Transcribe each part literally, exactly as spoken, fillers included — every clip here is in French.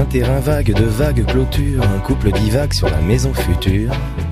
Un terrain vague de vagues clôtures, un couple divague sur la maison future.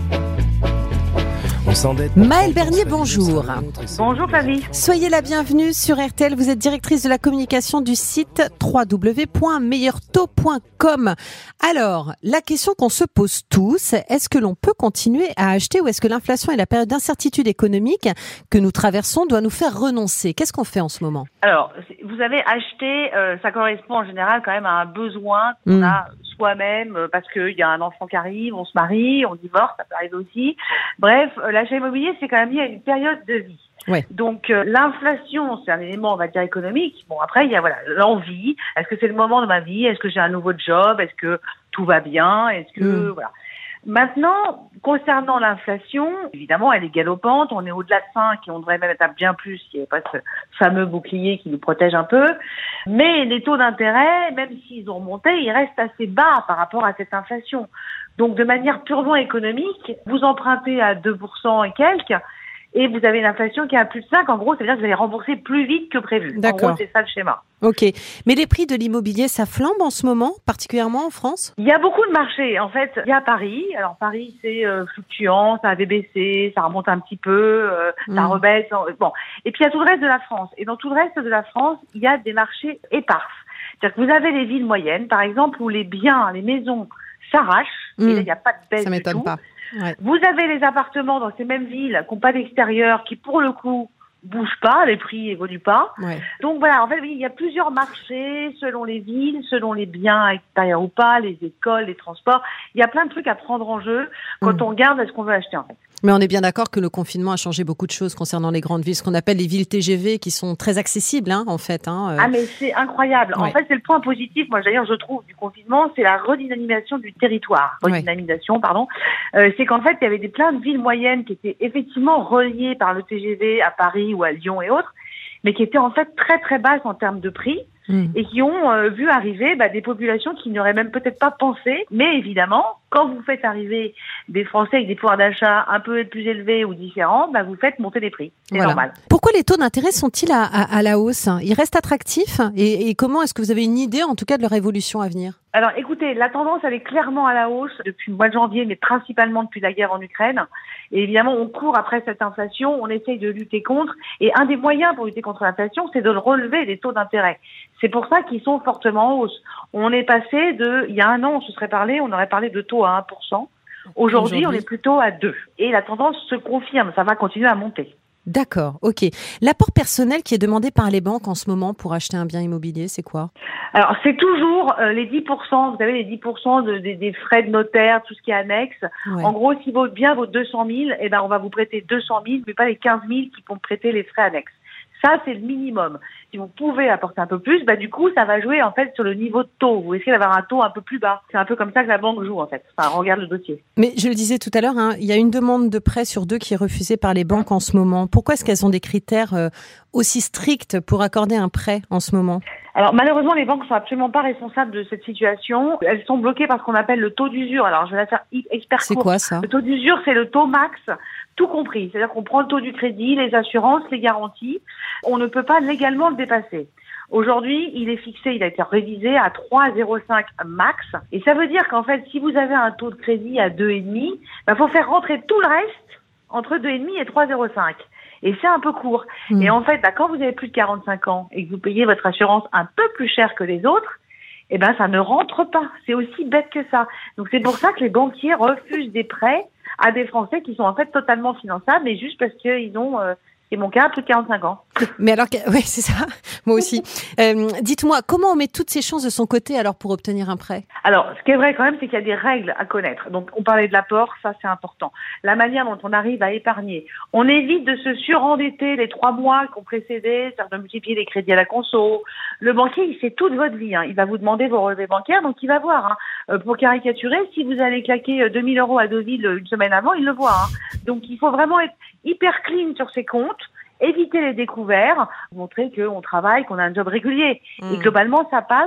Maëlle Bernier, bonjour. Bonjour Flavie. Soyez la bienvenue sur R T L. Vous êtes directrice de la communication du site w w w point meilleur taux point com. Alors, la question qu'on se pose tous, est-ce que l'on peut continuer à acheter ou est-ce que l'inflation et la période d'incertitude économique que nous traversons doit nous faire renoncer? Qu'est-ce qu'on fait en ce moment? Alors, vous avez acheté, euh, ça correspond en général quand même à un besoin qu'on mmh. a soi-même euh, parce qu'il y a un enfant qui arrive, on se marie, on divorce, ça peut arriver aussi. Bref, euh, l'achat immobilier, c'est quand même lié à une période de vie. Ouais. Donc euh, l'inflation, c'est un élément, on va dire, économique. Bon, après, il y a voilà l'envie. Est-ce que c'est le moment de ma vie? Est-ce que j'ai un nouveau job? Est-ce que tout va bien? Est-ce que mmh. voilà. Maintenant, concernant l'inflation, évidemment, elle est galopante. On est au-delà de cinq et on devrait même être à bien plus s'il n'y avait pas ce fameux bouclier qui nous protège un peu. Mais les taux d'intérêt, même s'ils ont remonté, ils restent assez bas par rapport à cette inflation. Donc, de manière purement économique, vous empruntez à deux pour cent et quelques, et vous avez une inflation qui est à plus de cinq. En gros, ça veut dire que vous allez rembourser plus vite que prévu. D'accord. En gros, c'est ça le schéma. Ok. Mais les prix de l'immobilier, ça flambe en ce moment, particulièrement en France? Il y a beaucoup de marchés. En fait, il y a Paris. Alors, Paris, c'est euh, fluctuant, ça avait baissé, ça remonte un petit peu, euh, mmh. ça rebaisse. Bon. Et puis, il y a tout le reste de la France. Et dans tout le reste de la France, il y a des marchés épars. C'est-à-dire que vous avez les villes moyennes, par exemple, où les biens, les maisons s'arrachent. Mmh. Et là, il n'y a pas de baisse ça du m'étonne tout. Pas. Ouais. Vous avez les appartements dans ces mêmes villes qui n'ont pas d'extérieur, qui pour le coup bougent pas, les prix évoluent pas. Ouais. Donc voilà, en fait, il y a plusieurs marchés selon les villes, selon les biens extérieurs ou pas, les écoles, les transports. Il y a plein de trucs à prendre en jeu quand mmh. on regarde ce qu'on veut acheter en fait. Mais on est bien d'accord que le confinement a changé beaucoup de choses concernant les grandes villes, ce qu'on appelle les villes T G V, qui sont très accessibles, hein, en fait. Hein, euh... Ah mais c'est incroyable. Ouais. En fait, c'est le point positif, moi d'ailleurs je trouve, du confinement, c'est la redynamisation du territoire. Redynamisation, ouais. pardon. Euh, c'est qu'en fait, il y avait des plein de villes moyennes qui étaient effectivement reliées par le T G V à Paris ou à Lyon et autres, mais qui étaient en fait très très basses en termes de prix. Mmh. Et qui ont euh, vu arriver bah, des populations qui n'auraient même peut-être pas pensé. Mais évidemment, quand vous faites arriver des Français avec des pouvoirs d'achat un peu plus élevés ou différents, bah, vous faites monter les prix. C'est voilà. normal. Pourquoi les taux d'intérêt sont-ils à, à, à la hausse? Ils restent attractifs et, et comment est-ce que vous avez une idée en tout cas de leur évolution à venir? Alors écoutez, la tendance elle est clairement à la hausse depuis le mois de janvier, mais principalement depuis la guerre en Ukraine. Et évidemment, on court après cette inflation, on essaye de lutter contre. Et un des moyens pour lutter contre l'inflation, c'est de relever les taux d'intérêt. C'est pour ça qu'ils sont fortement en hausse. On est passé de, il y a un an, on se serait parlé, on aurait parlé de taux à un pour cent. Aujourd'hui, Aujourd'hui. on est plutôt à deux. Et la tendance se confirme, ça va continuer à monter. D'accord, ok. L'apport personnel qui est demandé par les banques en ce moment pour acheter un bien immobilier, c'est quoi? Alors, c'est toujours euh, les dix pour cent, vous savez, les dix pour cent de, de, des frais de notaire, tout ce qui est annexe. Ouais. En gros, si votre bien vaut deux cent mille, eh ben, on va vous prêter deux cent mille, mais pas les quinze mille qui vont prêter les frais annexes. Ça, c'est le minimum. Si vous pouvez apporter un peu plus, bah, du coup, ça va jouer, en fait, sur le niveau de taux. Vous essayez d'avoir un taux un peu plus bas. C'est un peu comme ça que la banque joue, en fait. Enfin, on regarde le dossier. Mais je le disais tout à l'heure, hein, il y a une demande de prêt sur deux qui est refusée par les banques en ce moment. Pourquoi est-ce qu'elles ont des critères euh, aussi stricts pour accorder un prêt en ce moment? Alors, malheureusement, les banques sont absolument pas responsables de cette situation. Elles sont bloquées par ce qu'on appelle le taux d'usure. Alors, je vais la faire expert court. C'est quoi, ça? Le taux d'usure, c'est le taux max, tout compris. C'est-à-dire qu'on prend le taux du crédit, les assurances, les garanties. On ne peut pas légalement le dépasser. Aujourd'hui, il est fixé, il a été révisé à trois virgule zéro cinq max. Et ça veut dire qu'en fait, si vous avez un taux de crédit à deux virgule cinq, bah, faut faire rentrer tout le reste entre deux virgule cinq et trois virgule zéro cinq. Et c'est un peu court. Mmh. Et en fait, bah, quand vous avez plus de quarante-cinq ans et que vous payez votre assurance un peu plus cher que les autres, eh ben, ça ne rentre pas. C'est aussi bête que ça. Donc, c'est pour ça que les banquiers refusent des prêts à des Français qui sont en fait totalement finançables, mais juste parce qu'ils ont, euh, c'est mon cas, plus de quarante-cinq ans. Mais alors, oui, c'est ça, moi aussi. Euh, dites-moi, comment on met toutes ces chances de son côté alors pour obtenir un prêt? Alors, ce qui est vrai quand même, c'est qu'il y a des règles à connaître. Donc, on parlait de l'apport, ça c'est important. La manière dont on arrive à épargner. On évite de se surendetter les trois mois qui ont précédé, c'est-à-dire de multiplier les crédits à la conso. Le banquier, il sait toute votre vie. Hein. Il va vous demander vos relevés bancaires, donc il va voir. Hein. Euh, pour caricaturer, si vous allez claquer deux mille euros à Deauville une semaine avant, il le voit. Hein. Donc, il faut vraiment être hyper clean sur ses comptes. Éviter les découverts, montrer qu'on travaille, qu'on a un job régulier. Mmh. Et globalement, ça passe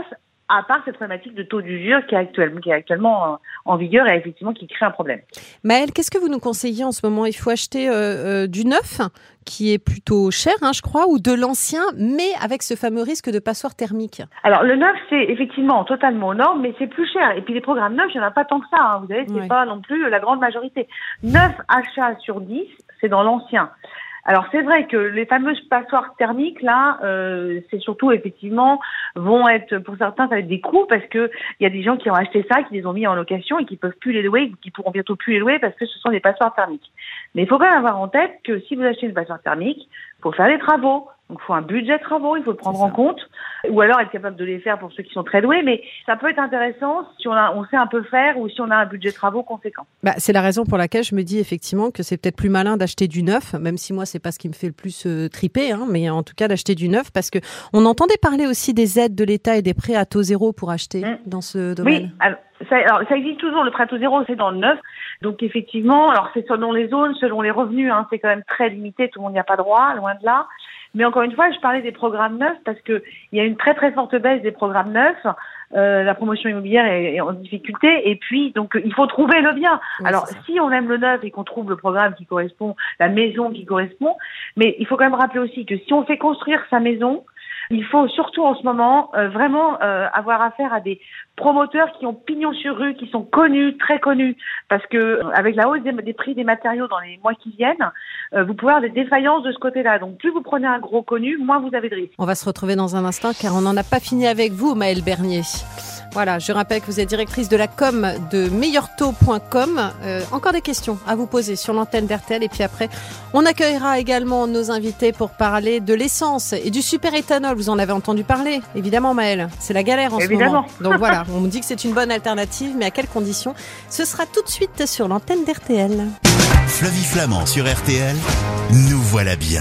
à part cette problématique de taux d'usure qui est actuellement, qui est actuellement en vigueur et effectivement qui crée un problème. Maëlle, qu'est-ce que vous nous conseillez en ce moment ? Il faut acheter euh, euh, du neuf, qui est plutôt cher, hein, je crois, ou de l'ancien, mais avec ce fameux risque de passoire thermique. Alors, le neuf, c'est effectivement totalement aux normes, mais c'est plus cher. Et puis, les programmes neufs, il n'y en a pas tant que ça. Hein. Vous savez, c'est ouais. pas non plus la grande majorité. neuf achats sur dix, c'est dans l'ancien. Alors c'est vrai que les fameuses passoires thermiques là, euh, c'est surtout effectivement vont être pour certains ça va être des coûts parce que il y a des gens qui ont acheté ça, qui les ont mis en location et qui peuvent plus les louer, qui pourront bientôt plus les louer parce que ce sont des passoires thermiques. Mais il faut quand même avoir en tête que si vous achetez une passoire thermique, il faut faire des travaux. Donc, il faut un budget de travaux, il faut le prendre en compte, ou alors être capable de les faire pour ceux qui sont très doués. Mais ça peut être intéressant si on, a, on sait un peu faire ou si on a un budget de travaux conséquent. Bah, c'est la raison pour laquelle je me dis effectivement que c'est peut-être plus malin d'acheter du neuf, même si moi, c'est pas ce qui me fait le plus euh, triper, hein, mais en tout cas d'acheter du neuf, parce que on entendait parler aussi des aides de l'État et des prêts à taux zéro pour acheter mmh. dans ce domaine. Oui, alors ça, alors, ça existe toujours, le prêt à taux zéro, c'est dans le neuf. Donc effectivement, alors c'est selon les zones, selon les revenus, hein, c'est quand même très limité, tout le monde n'y a pas droit, loin de là. Mais encore une fois, je parlais des programmes neufs parce que il y a une très très forte baisse des programmes neufs. Euh, la promotion immobilière est, est en difficulté et puis donc il faut trouver le bien. Oui, alors si on aime le neuf et qu'on trouve le programme qui correspond, la maison qui correspond, mais il faut quand même rappeler aussi que si on fait construire sa maison, il faut surtout en ce moment euh, vraiment euh, avoir affaire à des promoteurs qui ont pignon sur rue, qui sont connus, très connus, parce que euh, avec la hausse des, des prix des matériaux dans les mois qui viennent, euh, vous pouvez avoir des défaillances de ce côté-là. Donc plus vous prenez un gros connu, moins vous avez de risques. On va se retrouver dans un instant car on n'en a pas fini avec vous, Maëlle Bernier. Voilà, je rappelle que vous êtes directrice de la com de meilleur taux point com. Euh, encore des questions à vous poser sur l'antenne d'R T L et puis après, on accueillera également nos invités pour parler de l'essence et du super éthanol. Vous en avez entendu parler, évidemment, Maëlle. C'est la galère en évidemment. ce moment. Donc voilà, on me dit que c'est une bonne alternative, mais à quelles conditions ? Ce sera tout de suite sur l'antenne d'R T L. Flavie Flamand sur R T L, nous voilà bien.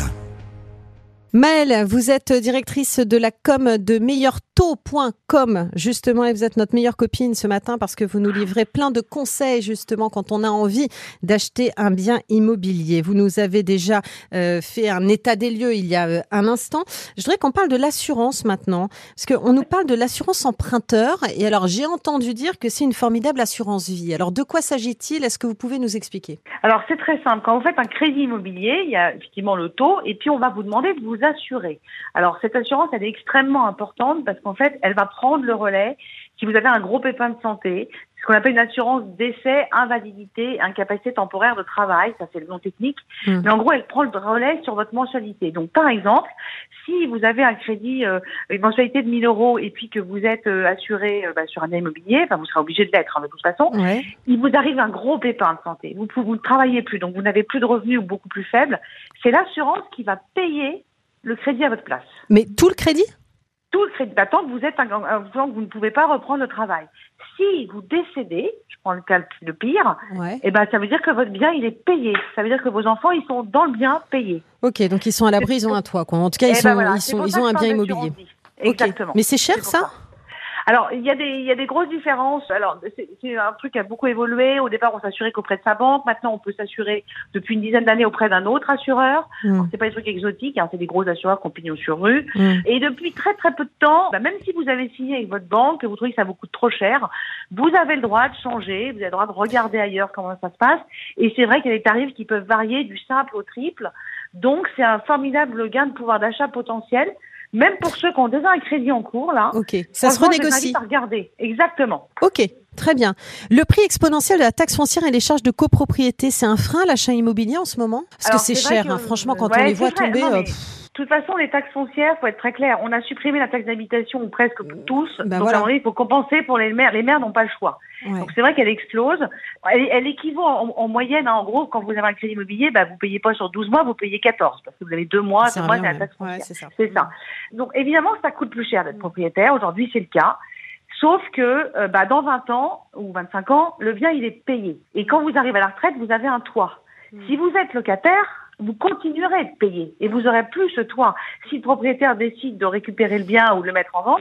Maëlle, vous êtes directrice de la com de meilleur taux point com, justement, et vous êtes notre meilleure copine ce matin parce que vous nous livrez plein de conseils, justement, quand on a envie d'acheter un bien immobilier. Vous nous avez déjà euh, fait un état des lieux il y a euh, un instant. Je voudrais qu'on parle de l'assurance maintenant, parce qu'on nous parle de l'assurance emprunteur. Et alors, j'ai entendu dire que c'est une formidable assurance vie. Alors, de quoi s'agit-il ? Est-ce que vous pouvez nous expliquer ? Alors, c'est très simple. Quand vous faites un crédit immobilier, il y a effectivement le taux, et puis on va vous demander de vous assurer. Alors, cette assurance, elle est extrêmement importante parce qu'en fait, elle va prendre le relais si vous avez un gros pépin de santé, ce qu'on appelle une assurance décès, invalidité, incapacité temporaire de travail, ça c'est le nom technique, mmh. mais en gros, elle prend le relais sur votre mensualité. Donc, par exemple, si vous avez un crédit, euh, une mensualité de mille euros et puis que vous êtes euh, assuré euh, bah, sur un bien immobilier, enfin, vous serez obligé de l'être hein, de toute façon, ouais. il vous arrive un gros pépin de santé. Vous vous ne travaillez plus, donc vous n'avez plus de revenus ou beaucoup plus faibles. C'est l'assurance qui va payer le crédit à votre place. Mais tout le crédit ? Tout le crédit, bah, tant que vous êtes un, un, tant que vous ne pouvez pas reprendre le travail. Si vous décédez, je prends le cas le pire, ouais. et ben ça veut dire que votre bien il est payé. Ça veut dire que vos enfants ils sont dans le bien payés. Ok, donc ils sont à l'abri, ils ont un toit quoi. En tout cas ils, sont, ben voilà, ils, sont, ils ont un bien immobilier. Exactement. Okay. Mais c'est cher c'est ça ? Alors, il y a des, il y a des grosses différences. Alors, c'est, c'est un truc qui a beaucoup évolué. Au départ, on s'assurait qu'auprès de sa banque. Maintenant, on peut s'assurer depuis une dizaine d'années auprès d'un autre assureur. Mmh. Alors, c'est pas des trucs exotiques, hein, c'est des gros assureurs qui ont pignon sur rue. Mmh. Et depuis très très peu de temps, bah, même si vous avez signé avec votre banque, que vous trouvez que ça vous coûte trop cher, vous avez le droit de changer, vous avez le droit de regarder ailleurs comment ça se passe. Et c'est vrai qu'il y a des tarifs qui peuvent varier du simple au triple. Donc, c'est un formidable gain de pouvoir d'achat potentiel. Même pour ceux qui ont déjà un crédit en cours, là. Ok, ça se renégocie. À regarder. Exactement. Ok, très bien. Le prix exponentiel de la taxe foncière et les charges de copropriété, c'est un frein à l'achat immobilier en ce moment ? Parce Alors, que c'est, c'est cher, que, hein, franchement, quand ouais, on les voit vrai. tomber... Non, euh, de toute façon, les taxes foncières, faut être très clair, on a supprimé la taxe d'habitation ou presque pour tous. Ben donc, voilà. à un moment donné, il faut compenser pour les maires. Les maires n'ont pas le choix. Ouais. Donc, c'est vrai qu'elle explose. Elle, elle équivaut en, en moyenne, hein, en gros, quand vous avez un crédit immobilier, bah, vous payez pas sur douze mois, vous payez quatorze. Parce que vous avez deux mois, deux mois, c'est la taxe foncière. Ouais, c'est ça. C'est ça. Donc, évidemment, ça coûte plus cher d'être propriétaire. Aujourd'hui, c'est le cas. Sauf que, euh, bah, dans vingt ans ou vingt-cinq ans, le bien, il est payé. Et quand vous arrivez à la retraite, vous avez un toit. Mmh. Si vous êtes locataire, vous continuerez de payer et vous aurez plus ce toit. Si le propriétaire décide de récupérer le bien ou de le mettre en vente,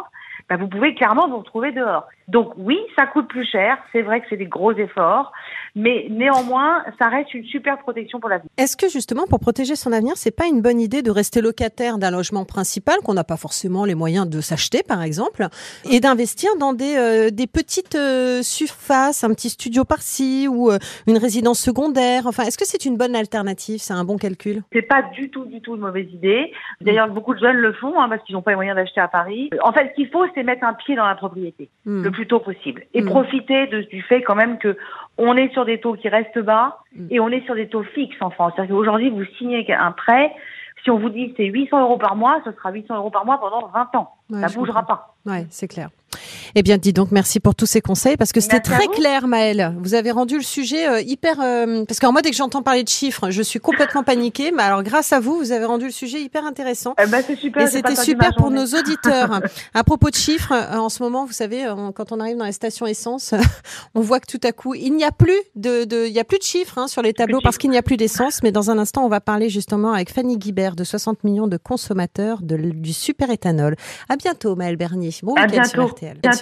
bah, vous pouvez clairement vous retrouver dehors. Donc oui, ça coûte plus cher, c'est vrai que c'est des gros efforts, mais néanmoins, ça reste une super protection pour l'avenir. Est-ce que justement, pour protéger son avenir, c'est pas une bonne idée de rester locataire d'un logement principal qu'on n'a pas forcément les moyens de s'acheter, par exemple, et d'investir dans des, euh, des petites euh, surfaces, un petit studio par-ci ou euh, une résidence secondaire? Enfin, est-ce que c'est une bonne alternative? C'est un bon calcul? C'est pas du tout, du tout une mauvaise idée. D'ailleurs, mmh. beaucoup de jeunes le font hein, parce qu'ils n'ont pas les moyens d'acheter à Paris. En fait, ce qu'il faut, c'est mettre un pied dans la propriété mmh. le plus tôt possible et mmh. profiter de, du fait quand même que on est sur des taux qui restent bas mmh. et on est sur des taux fixes en France. C'est-à-dire qu'aujourd'hui, vous signez un prêt. Si on vous dit que c'est huit cents euros par mois, ce sera huit cents euros par mois pendant vingt ans. Ouais, ça ne bougera comprends. pas. Ouais, c'est clair. Eh bien, dis donc, merci pour tous ces conseils parce que c'était merci très clair, Maëlle. Vous avez rendu le sujet euh, hyper... Euh, parce que moi, dès que j'entends parler de chiffres, je suis complètement paniquée. Mais alors, grâce à vous, vous avez rendu le sujet hyper intéressant. Eh ben, c'est super. Et c'était super pour nos auditeurs. À propos de chiffres, en ce moment, vous savez, quand on arrive dans les stations essence, on voit que tout à coup, il n'y a plus de, de, il y a plus de chiffres hein, sur les tableaux parce qu'il n'y a plus d'essence. Mais dans un instant, on va parler justement avec Fanny Guibert de soixante millions de consommateurs de, du super éthanol. À bientôt, Maëlle Bernier. Bon week-end sur R T L.